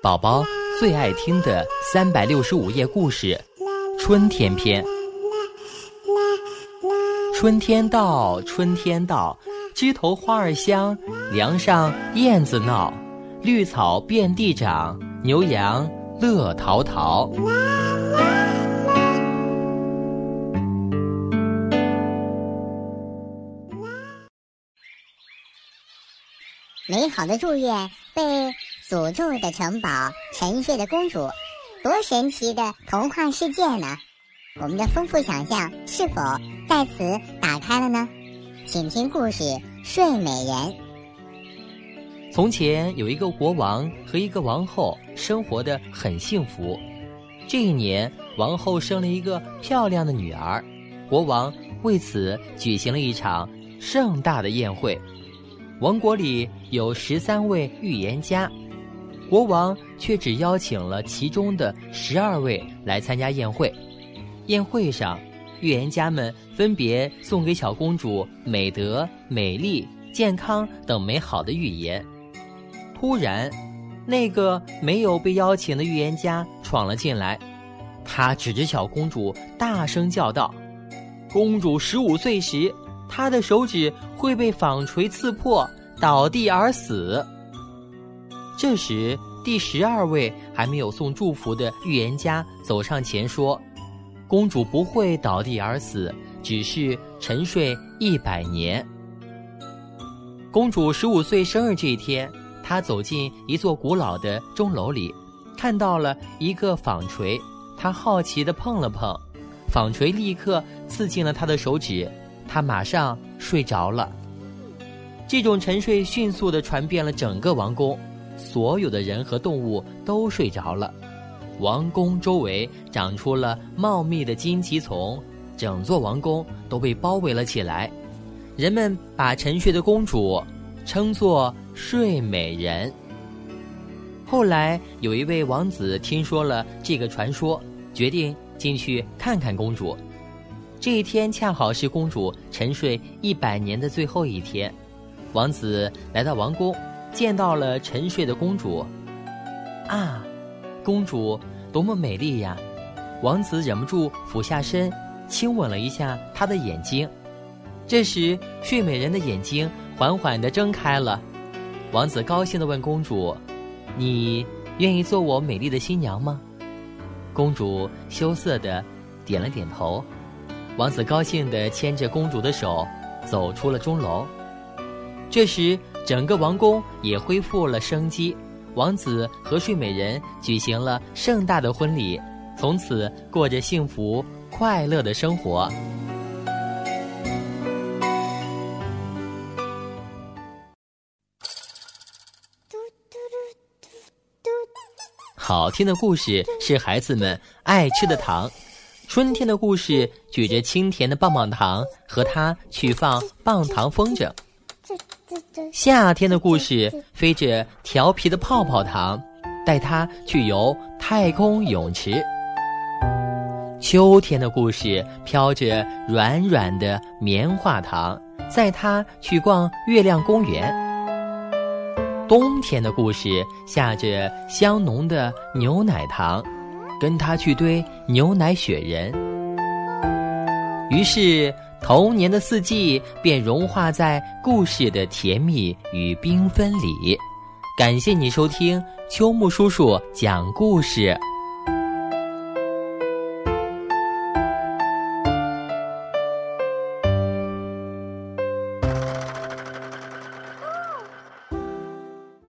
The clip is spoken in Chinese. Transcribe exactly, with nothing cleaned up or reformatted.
宝宝最爱听的三百六十五页故事，春天篇。春天到，春天到，枝头花儿香，梁上燕子闹，绿草遍地长，牛羊乐陶陶。 美好的祝愿被诅咒的城堡，沉睡的公主，多神奇的童话世界呢？我们的丰富想象是否在此打开了呢？请听故事《睡美人》。 从前有一个国王和一个王后，生活得很幸福。这一年，王后生了一个漂亮的女儿，国王为此举行了一场盛大的宴会。王国里有十三位预言家，国王却只邀请了其中的十二位来参加宴会。宴会上，预言家们分别送给小公主美德、美丽、健康等美好的预言。突然，那个没有被邀请的预言家闯了进来，他指着小公主大声叫道：公主十五岁时，她的手指会被纺锤刺破，倒地而死。这时，第十二位还没有送祝福的预言家走上前说：公主不会倒地而死，只是沉睡一百年。公主十五岁生日这一天，她走进一座古老的钟楼里，看到了一个纺锤，她好奇地碰了碰，纺锤立刻刺进了她的手指，她马上睡着了。这种沉睡迅速地传遍了整个王宫，所有的人和动物都睡着了。王宫周围长出了茂密的荆棘丛，整座王宫都被包围了起来。人们把沉睡的公主称作睡美人。后来有一位王子听说了这个传说，决定进去看看公主。这一天恰好是公主沉睡一百年的最后一天。王子来到王宫，见到了沉睡的公主。啊，公主多么美丽呀！王子忍不住俯下身亲吻了一下她的眼睛。这时，睡美人的眼睛缓缓地睁开了。王子高兴地问公主：你愿意做我美丽的新娘吗？公主羞涩地点了点头。王子高兴地牵着公主的手走出了钟楼。这时，整个王宫也恢复了生机，王子和睡美人举行了盛大的婚礼，从此过着幸福快乐的生活。好听的故事是孩子们爱吃的糖。春天的故事举着清甜的棒棒糖，和它去放棒糖风筝。夏天的故事飞着调皮的泡泡糖，带它去游太空泳池。秋天的故事飘着软软的棉花糖，载它去逛月亮公园。冬天的故事下着香浓的牛奶糖，跟它去堆牛奶雪人。于是童年的四季便融化在故事的甜蜜与缤纷里。感谢你收听秋木叔叔讲故事。